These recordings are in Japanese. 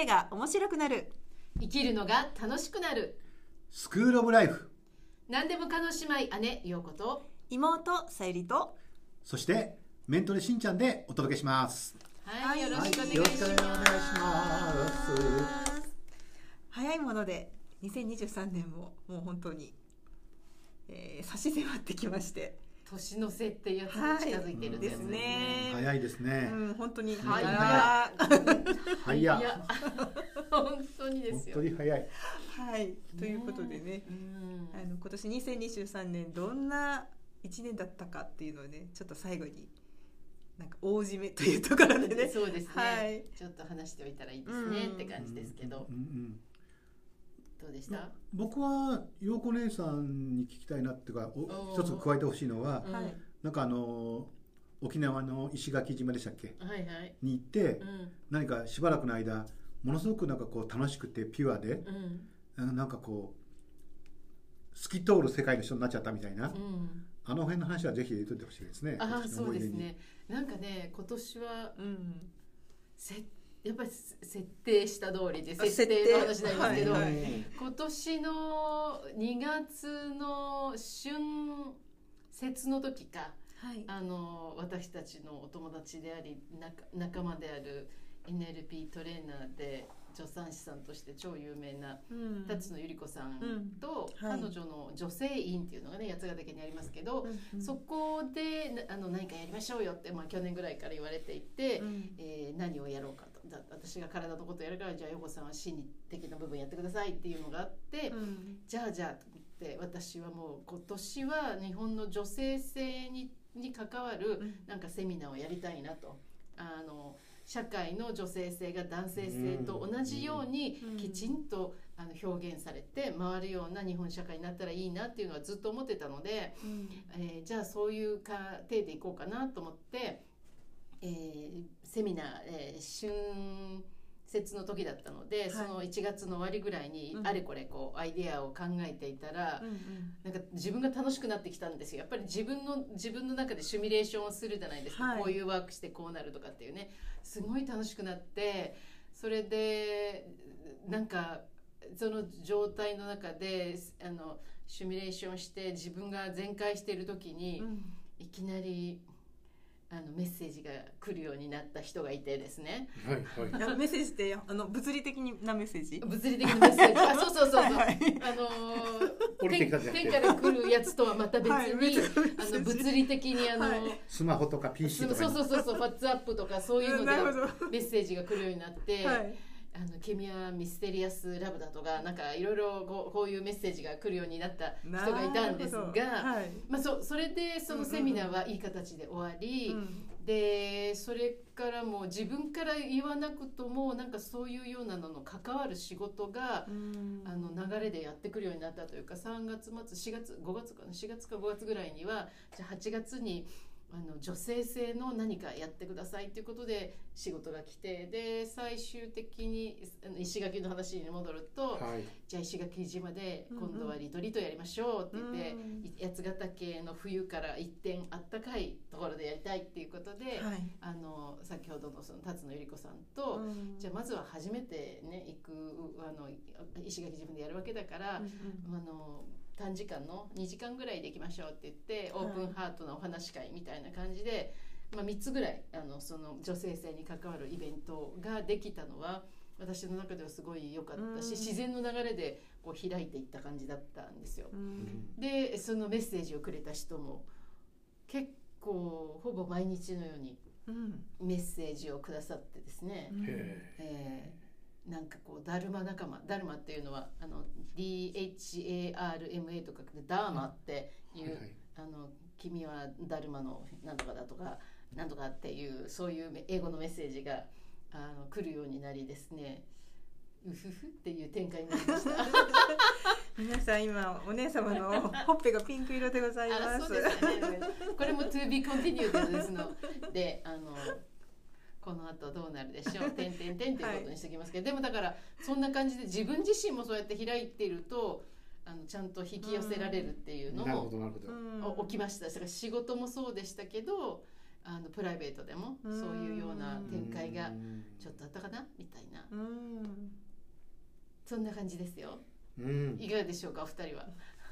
生が面白くなる。 生きるのが楽しくなる。 スクールオブライフ。 何でも可能姉妹姉陽子と妹さゆりと、 そしてメントレしんちゃんでお届けします。 はい、よろしくお願いしよろしくお願いしまます。 早いもので2023年ももう本当に、差し迫ってきまして、 年の瀬っていうやつが近づいてるんですですね。 ね。 早いですね。 本当に早い早い。 いや本当にで本すよ。 当に早い。 はい、ということでね、今年2023年どんな1年だったかっていうのをね、ちょっと最後になんか大締めというところでね、 そうですね、 はい、 ちょっと話しておいたらいいですねって感じですけど、どうでした？ 僕は陽子姉さんに聞きたいなっていうか、一つ加えてほしいのは、なんか沖縄の石垣島でしたっけ、 はいはい、 に行って、何かしばらくの間ものすごくなんかこう楽しくてピュアで、なんかこう透き通る世界の人になっちゃったみたいな、あの辺の話はぜひ入れといてほしいですね。 そうですね。なんかね、今年は、やっぱり設定した通りで設定の話なんですけど、今年の2月の春節の時か、私たちのお友達であり仲間である NLP トレーナーで助産師さんとして超有名な辰野ゆり子さんと、彼女の女性院っていうのがね、八ヶ岳にありますけど、そこで何かやりましょうよって、去年ぐらいから言われていて、何をやろうかと、私が体のことやるから、じゃあ陽子さんは心理的な部分やってくださいっていうのがあって、じゃあと思って、私はもう今年は日本の女性性に関わるなんかセミナーをやりたいなと。社会の女性性が男性性と同じようにきちんと表現されて回るような日本社会になったらいいなっていうのはずっと思ってたので、じゃあそういう過程でいこうかなと思って、セミナー、春節の時だったので、その1月の終わりぐらいにあれこれこうアイデアを考えていたら、なんか自分が楽しくなってきたんですよ。やっぱり自分の中でシミュレーションをするじゃないですか、こういうワークしてこうなるとかっていうね、すごい楽しくなって、それでなんかその状態の中でシミュレーションして自分が全開している時に、いきなりメッセージが来るようになった人がいてですね。 メッセージって物理的なメッセージ？ 物理的なメッセージ。そう。天から来るやつとはまた別に、物理的にスマホとか PC とか、 そうWhatsApp とかそういうのでメッセージが来るようになって。君はミステリアスラブだとか、なんかいろいろこういうメッセージが来るようになった人がいたんですが、それでそのセミナーはいい形で終わり、でそれからもう自分から言わなくともなんかそういうようなのの関わる仕事が流れでやってくるようになったというか、3月末5月か5月ぐらいには、じゃあ8月に女性性の何かやってくださいということで仕事が来て、で最終的に石垣の話に戻ると、じゃあ石垣島で今度はリトリートやりましょうって言って、八ヶ岳の冬から一転あったかいところでやりたいっていうことで、先ほどのその辰野ゆり子さんと、じゃあまずは初めてね行く石垣島でやるわけだから、短時間の2時間ぐらいで行きましょうって言って、オープンハートのお話し会みたいな感じで、3つぐらいその女性性に関わるイベントができたのは私の中ではすごい良かったし、自然の流れでこう開いていった感じだったんですよ。でそのメッセージをくれた人も結構ほぼ毎日のようにメッセージをくださってですね、なんかこうダルマ仲間、ダルマっていうのはDHARMA とかでダーマっていう、君はダルマのなんとかだとかなんとかっていうそういう英語のメッセージが来るようになりですね、うふふっていう展開になりました。 皆さん今お姉様のほっぺがピンク色でございます。 そうですね。これも to be continued ですので、この後どうなるでしょうてんてんてんっていうことにしておきますけど、でもだからそんな感じで自分自身もそうやって開いているとちゃんと引き寄せられるっていうのも起きました。だから仕事もそうでしたけど、 プライベートでもそういうような展開がちょっとあったかなみたいな、そんな感じですよ。いかがでしょうかお二人は。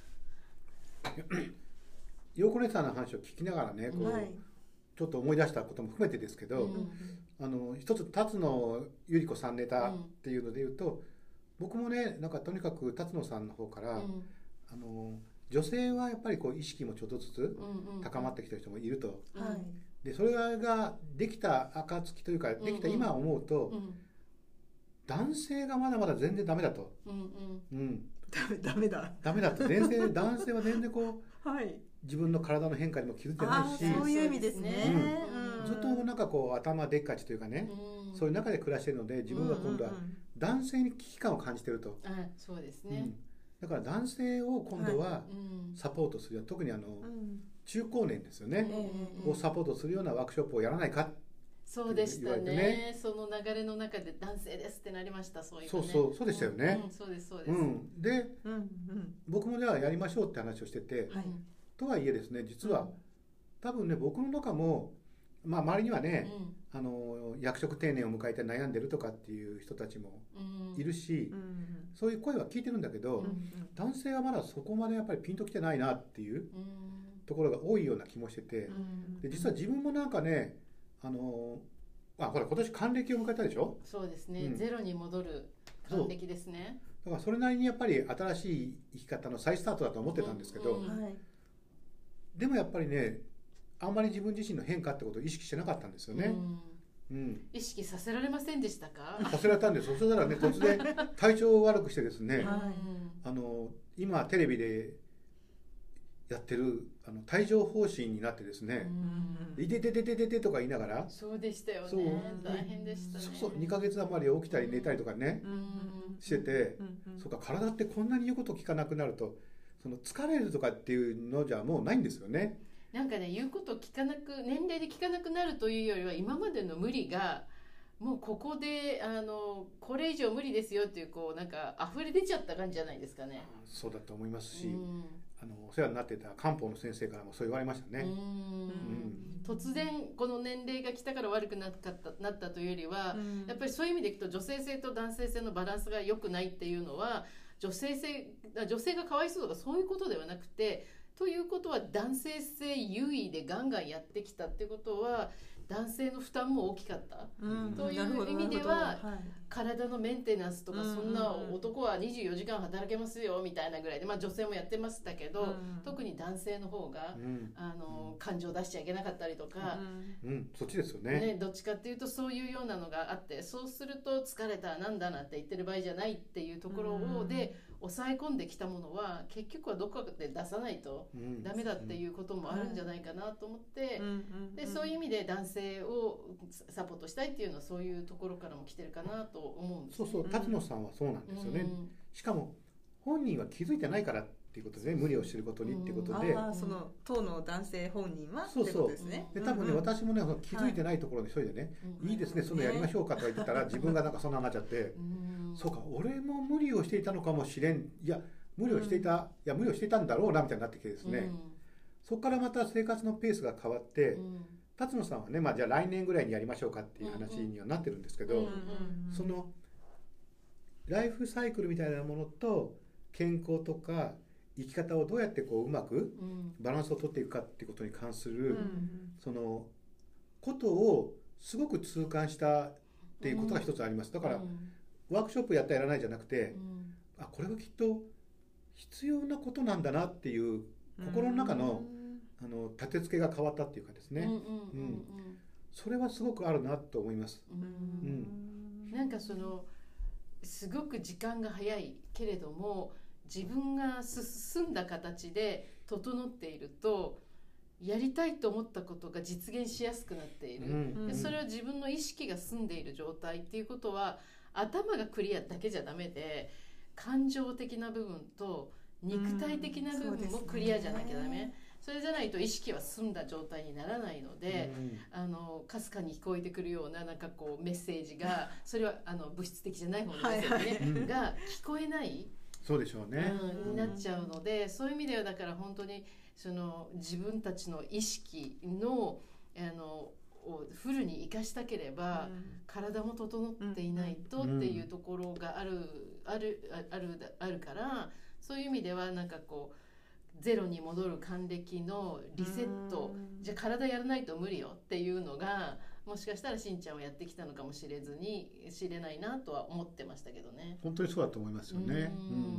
陽子姉さんの話を聞きながらねこう、ちょっと思い出したことも含めてですけど、一つ辰野ゆり子さんネタっていうので言うと、僕もねなんかとにかく辰野さんの方から、女性はやっぱりこう意識もちょっとずつ高まってきてる人もいると、でそれができた暁というかできた今思うと、男性がまだまだ全然ダメだと、 ダメだと男性は全然こう、自分の体の変化にも気づいてないし、 そういう意味ですね、 ずっとなんかこう頭でっかちというかね、そういう中で暮らしているので自分は今度は男性に危機感を感じていると、 そうですね、 だから男性を今度はサポートする、特に中高年ですよね、をサポートするようなワークショップをやらないか。 そうでしたね。その流れの中で男性ですってなりました。そういうね。 そうでしたよね。 そうですそうです。 で、僕もではやりましょうって話をしてて、とはいえですね、実は多分ね僕の中も周りにはね、役職定年を迎えて悩んでるとかっていう人たちもいるし、そういう声は聞いてるんだけど、男性はまだそこまでやっぱりピンときてないなっていうところが多いような気もしてて、で実は自分もなんかねほら今年還暦を迎えたでしょ。 そうですね、ゼロに戻る還暦ですね。 だからそれなりにやっぱり新しい生き方の再スタートだと思ってたんですけど、でもやっぱりねあんまり自分自身の変化ってことを意識してなかったんですよね。 意識させられませんでしたか。 させられたんです。そしたらね突然体調を悪くしてですね、今テレビでやってる帯状疱疹になってですね、いててててててとか言いながら、 そうでしたよね、大変でしたね。 2ヶ月余り起きたり寝たりとかねしてて、そうか体ってこんなに言うこと聞かなくなると、その疲れるとかっていうのじゃもうないんですよね。 なんかね言うこと聞かなく、年齢で聞かなくなるというよりは今までの無理がもうここでこれ以上無理ですよっていうこうなんか溢れ出ちゃった感じじゃないですかね。 そうだと思いますし、お世話になってた漢方の先生からもそう言われましたね。 突然この年齢が来たから悪くなったというよりは、やっぱりそういう意味でいくと女性性と男性性のバランスが良くないっていうのは女性がかわいそうとかそういうことではなくて、ということは男性性優位でガンガンやってきたっていうことは男性の負担も大きかった、という意味では、体のメンテナンスとか、そんな男は24時間働けますよみたいなぐらいで、女性もやってましたけど、特に男性の方が、感情出しちゃいけなかったりとか、 そっちですよね。 どっちかっていうとそういうようなのがあって、そうすると疲れたなんだなって言ってる場合じゃないっていうところで抑え込んできたものは結局はどこかで出さないとダメだっていうこともあるんじゃないかなと思って、でそういう意味で男性をサポートしたいっていうのはそういうところからも来てるかなと思うんです、ね。 そう辰野さんはそうなんですよね。しかも本人は気づいてないからっていうことで、無理をしてることにっていうことで、 その当の男性本人はってことですね。 で多分ね、私もね気づいてないところで一人でね、いいですねそのやりましょうかとか言ってたら、自分がなんかそんなになっちゃって、そうか俺も無理をしていたのかもしれん、いや無理をしていたんだろうなみたいになってきてですね、そこからまた生活のペースが変わって、辰野さんはね、じゃあ来年ぐらいにやりましょうかっていう話にはなってるんですけど、そのライフサイクルみたいなものと健康とか生き方をどうやってこううまくバランスを取っていくかっていうことに関するそのことをすごく痛感したっていうことが一つあります。だからワークショップやったやらないじゃなくて、これがきっと必要なことなんだなっていう心の中の立て付けが変わったっていうかですね、それはすごくあるなと思います。 なんかそのすごく時間が早いけれども自分が進んだ形で整っているとやりたいと思ったことが実現しやすくなっている、でそれは自分の意識が済んでいる状態っていうことは頭がクリアだけじゃダメで、感情的な部分と肉体的な部分もクリアじゃなきゃダメ、それじゃないと意識は済んだ状態にならないので、かすかに聞こえてくるようななんかこうメッセージがそれは物質的じゃない方のメッセージ、が聞こえないそうでしょうね、 になっちゃうので、そういう意味ではだから本当にその自分たちの意識のをフルに生かしたければ、体も整っていないとっていうところがあるから、そういう意味ではなんかこうゼロに戻る還暦のリセット、じゃあ体やらないと無理よっていうのがもしかしたらしんちゃんはやってきたのかもしれないなとは思ってましたけどね。 本当にそうだと思いますよね。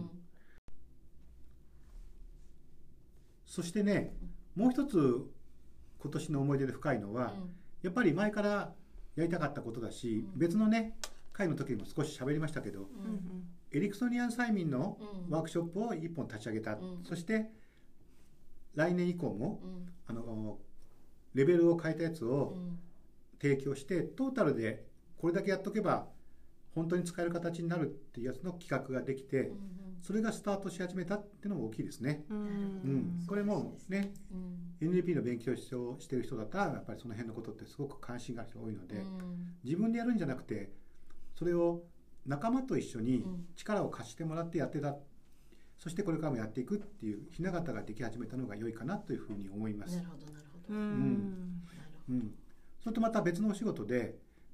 そしてね、もう一つ今年の思い出で深いのは、やっぱり前からやりたかったことだし、別のね会の時にも少し喋りましたけど、エリクソニアン催眠のワークショップを1本立ち上げた、そして来年以降も、レベルを変えたやつを提供して、トータルでこれだけやっとけば本当に使える形になるっていうやつの企画ができて、それがスタートし始めたっていうのも大きいですね。これもね、NLP の勉強をしている人だったらやっぱりその辺のことってすごく関心がある人が多いので、自分でやるんじゃなくてそれを仲間と一緒に力を貸してもらってやってた、そしてこれからもやっていくっていうひな形ができ始めたのが良いかなというふうに思います。 なるほどなるほど。 それとまた別のお仕事で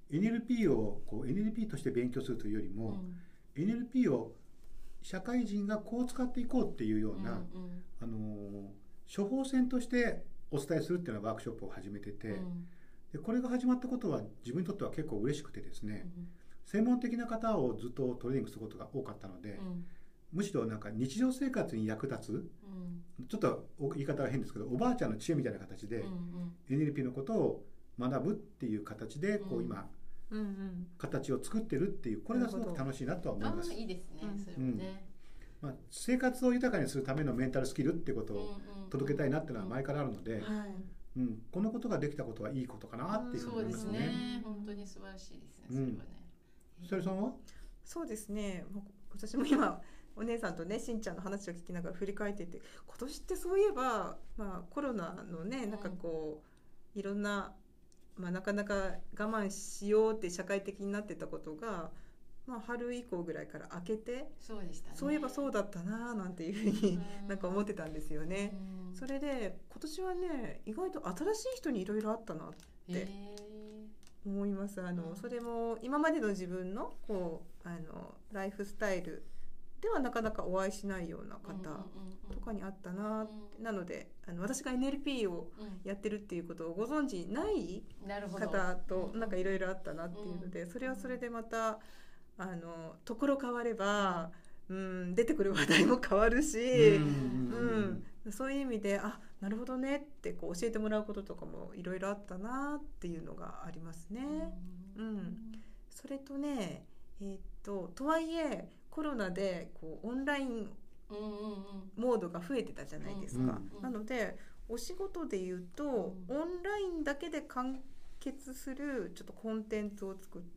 NLP をNLP として勉強するというよりも、NLP を社会人がこう使っていこうっていうような、処方箋としてお伝えするっていうようなワークショップを始めてて、でこれが始まったことは自分にとっては結構嬉しくてですね、専門的な方をずっとトレーニングすることが多かったので、むしろなんか日常生活に役立つ、ちょっと言い方が変ですけどおばあちゃんの知恵みたいな形で NLP のことを学ぶっていう形で今形を作ってるっていう、これがすごく楽しいなとは思います。 いいですね、それはね。 生活を豊かにするためのメンタルスキルってことを届けたいなっていうのは前からあるので、このことができたことはいいことかなっていうふうに思いますね。 そうですね、本当に素晴らしいですね、それはね。 ひとりさんは？ そうですね、私も今お姉さんとねしんちゃんの話を聞きながら振り返ってて、今年ってそういえば、コロナのねなんかこういろんな、なかなか我慢しようって社会的になってたことが、春以降ぐらいから明けて、 そうでしたね、 そういえばそうだったななんていうふうになんか思ってたんですよね。それで今年はね意外と新しい人にいろいろあったなって思います。それも今までの自分のライフスタイルではなかなかお会いしないような方とかにあったな。なので私が NLP をやってるっていうことをご存知ない方となんかいろいろあったなっていうので、それはそれでまたところ変われば、出てくる話題も変わるし、そういう意味でなるほどねって教えてもらうこととかもいろいろあったなっていうのがありますね。それとね、とはいえコロナでオンラインモードが増えてたじゃないですか。なのでお仕事でいうと、オンラインだけで完結するちょっとコンテンツを作って、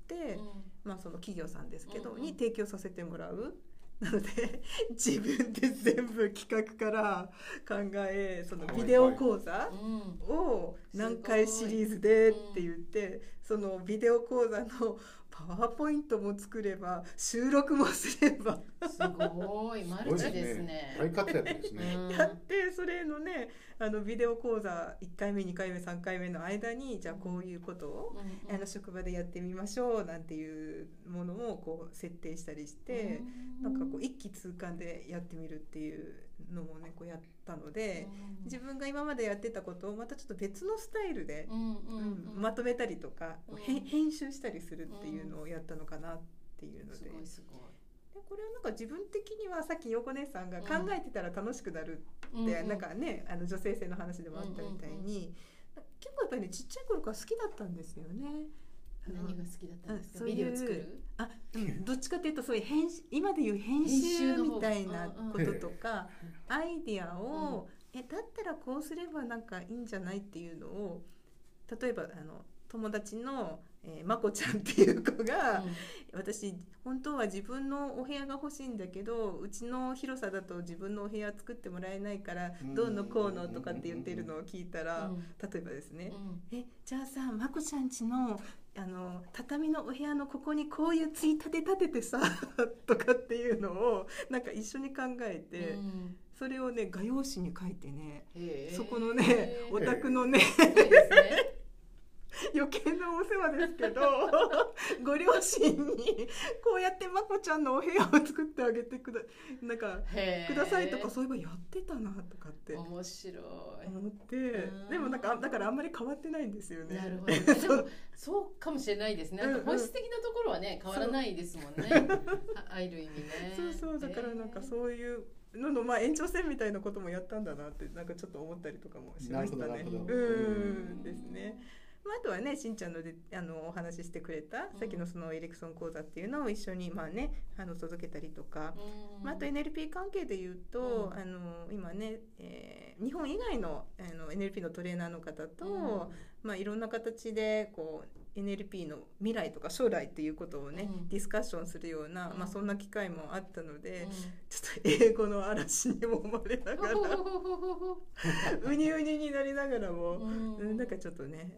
その企業さんですけど、に提供させてもらう。なので自分で全部企画から考え、そのビデオ講座を何回シリーズでって言って、そのビデオ講座のパワーポイントも作れば収録もすればすごいマルチですね。 大活躍ですね。 やってそれのねビデオ講座1回目2回目3回目の間に、じゃあこういうことを職場でやってみましょうなんていうものを設定したりして、なんか一気通貫でやってみるっていうのもねやったので、自分が今までやってたことをまたちょっと別のスタイルでまとめたりとか編集したりするっていうのをやったのかなっていうので、でこれはなんか自分的にはさっき横姉さんが考えてたら楽しくなるってなんかね女性性の話でもあったみたいに、結構やっぱりねちっちゃい頃から好きだったんですよね。 何が好きだったんですか？ビデオ作る？ どっちかというとそういう今でいう編集みたいなこととか、アイディアをだったらこうすればなんかいいんじゃないっていうのを、例えば友達のまこちゃんっていう子が、私本当は自分のお部屋が欲しいんだけど、うちの広さだと自分のお部屋作ってもらえないからどうのこうのとかって言ってるのを聞いたら、例えばですね、じゃあさまこちゃんちの畳のお部屋のここにこういうついたて立ててさとかっていうのをなんか一緒に考えて、それをね画用紙に書いてね、そこのねお宅のね余計なお世話ですけどご両親にこうやってまこちゃんのお部屋を作ってあげてくださいとか、そういえばやってたなとかって面白い思って、でもだからあんまり変わってないんですよね。 なるほど、ね、でもそうかもしれないですね。本質的なところはね変わらないですもんねある意味ね。 そうだからなんかそういうのの延長線みたいなこともやったんだなってなんかちょっと思ったりとかもしましたね。ですね。あとはね、しんちゃんのでお話ししてくれた、さっきのそのエレクソン講座っていうのを一緒に届けたりとか、あと NLP 関係で言うと、今ね、日本以外のNLP のトレーナーの方と、いろんな形でこう NLP の未来とか将来っていうことをね、ディスカッションするような、そんな機会もあったので、ちょっと英語の嵐にも生まれながらうにうにになりながらも、なんかちょっとね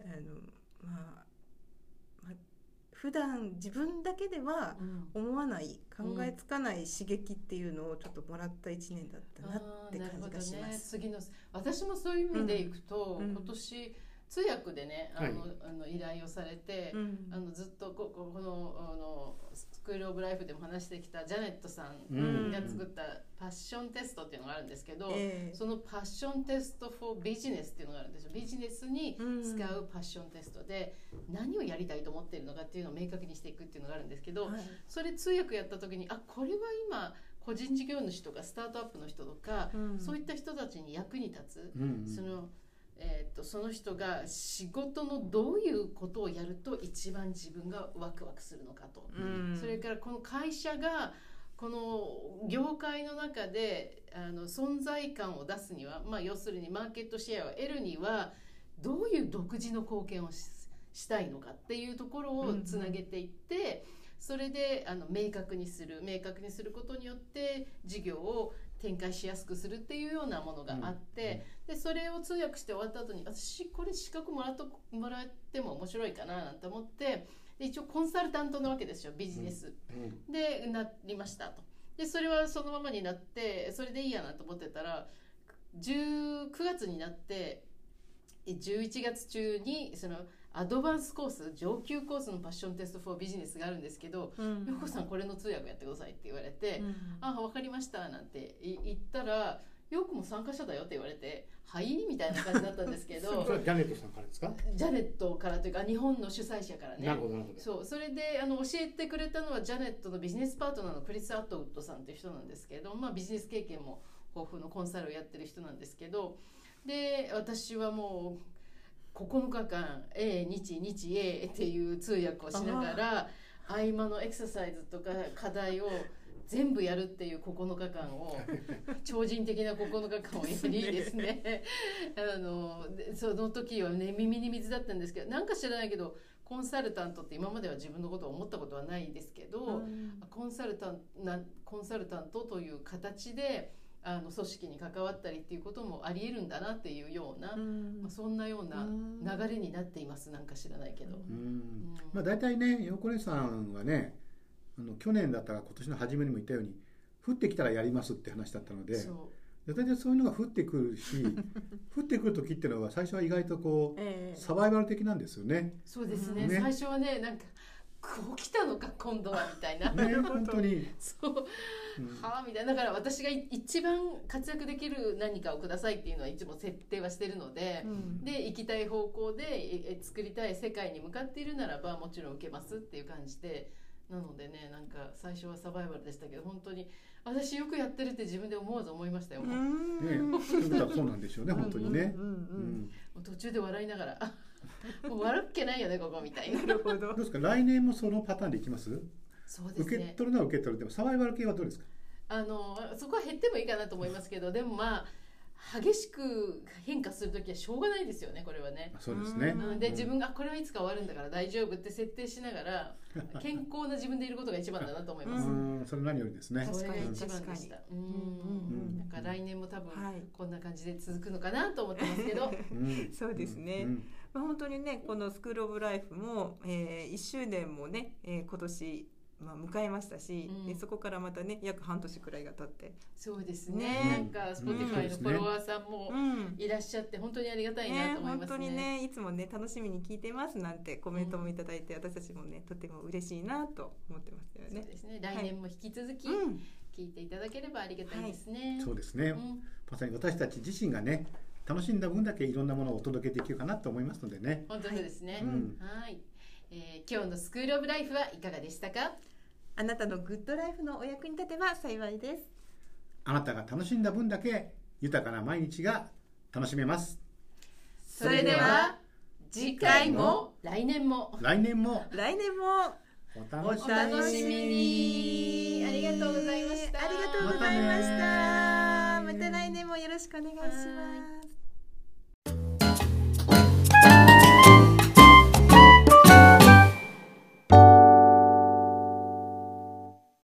普段自分だけでは思わない、考えつかない刺激っていうのをちょっともらった1年だったなって感じがします。 次の私もそういう意味でいくと、今年通訳でね依頼をされて、ずっとこのスクールオブライフでも話してきたジャネットさんが作ったパッションテストっていうのがあるんですけど、そのパッションテスト for ビジネスっていうのがあるんですよ。ビジネスに使うパッションテストで何をやりたいと思っているのかっていうのを明確にしていくっていうのがあるんですけど、それ通訳やった時にこれは今個人事業主とかスタートアップの人とか、そういった人たちに役に立つ、その人が仕事のどういうことをやると一番自分がワクワクするのかと、それからこの会社がこの業界の中で存在感を出すには、要するにマーケットシェアを得るにはどういう独自の貢献をしたいのかっていうところをつなげていって、それで明確にすることによって事業を展開しやすくするっていうようなものがあって、でそれを通訳して終わった後に私これ資格もらっても面白いかななんて思って、で一応コンサルタントなわけですよ、ビジネス、でなりましたと。でそれはそのままになってそれでいいやなと思ってたら、9月になって11月中にそのアドバンスコース、上級コースのパッションテストフォービジネスがあるんですけど、よこさんこれの通訳やってくださいって言われて、分かりましたなんて言ったら、よくも参加者だよって言われて、はいみたいな感じだったんですけどそれはジャネットさんからですか？ ジャネットからというか日本の主催者からね。 なるほどなるほど。 それで教えてくれたのはジャネットのビジネスパートナーのクリス・アットウッドさんという人なんですけど、ビジネス経験も豊富のコンサルをやってる人なんですけど、で私はもう9日間日 A っていう通訳をしながら合間のエクササイズとか課題を全部やるっていう9日間を超人的な9日間をやりですねその時はね耳に水だったんですけど、なんか知らないけどコンサルタントって今までは自分のことを思ったことはないですけど、コンサルタントという形で組織に関わったりっていうこともあり得るんだなっていうような、そんなような流れになっています。なんか知らないけど、 大体ね、よこねさんはね、去年だったら今年の初めにも言ったように降ってきたらやりますって話だったので、大体そういうのが降ってくるし降ってくる時っていうのは最初は意外とこう、サバイバル的なんですよね。 そうですね、最初はね、なんかこう来たのか今度はみたいな本当にそうはあみたいな。だから私が一番活躍できる何かをくださいっていうのはいつも設定はしてるので、で行きたい方向で作りたい世界に向かっているならばもちろん受けますっていう感じで、なのでね、なんか最初はサバイバルでしたけど、本当に私よくやってるって自分で思わず思いましたよ。 そうなんでしょうね、本当にね。 途中で笑いながらもう悪っけないよねここみたいな。 なるほど。 どうですか、来年もそのパターンでいきます？ そうですね、 受け取るのは受け取る。でもサバイバル系はどうですか？ そこは減ってもいいかなと思いますけど、でも激しく変化するときはしょうがないですよね、これはね。 そうですね。 で自分がこれはいつか終わるんだから大丈夫って設定しながら健康な自分でいることが一番だなと思います。 それ何よりですね。 それが一番でした。なんか来年も多分こんな感じで続くのかなと思ってますけど。 そうですね。本当にね、このスクールオブライフも1周年もね、今年迎えましたし、でそこからまたね約半年くらいが経って、 そうですね、なんか Spotify のフォロワーさんもいらっしゃって本当にありがたいなと思いますね。 本当にね、いつもね楽しみに聞いてますなんてコメントもいただいて、私たちもねとても嬉しいなと思ってますよね。 そうですね、来年も引き続き聞いていただければありがたいですね。 そうですね、まさに私たち自身がね楽しんだ分だけいろんなものをお届けできるかなと思いますのでね。 本当そうですね。はい、今日のスクールオブライフはいかがでしたか？ あなたのグッドライフのお役に立てば幸いです。 あなたが楽しんだ分だけ豊かな毎日が楽しめます。 それでは次回も来年もお楽しみに。ありがとうございました。 ありがとうございました。また来年もよろしくお願いします。